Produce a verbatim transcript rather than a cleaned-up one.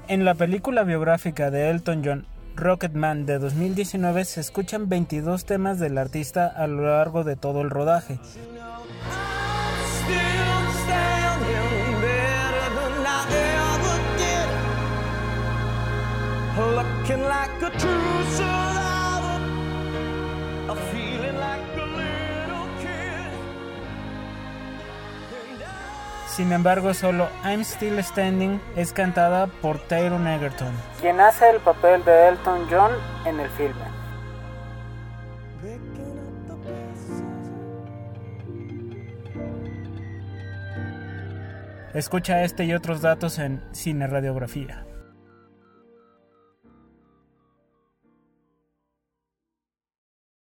En la película biográfica de Elton John, Rocketman de dos mil diecinueve, se escuchan veintidós temas del artista a lo largo de todo el rodaje. Sin embargo, solo I'm Still Standing es cantada por Taron Egerton, quien hace el papel de Elton John en el filme. Escucha este y otros datos en Cineradiografía.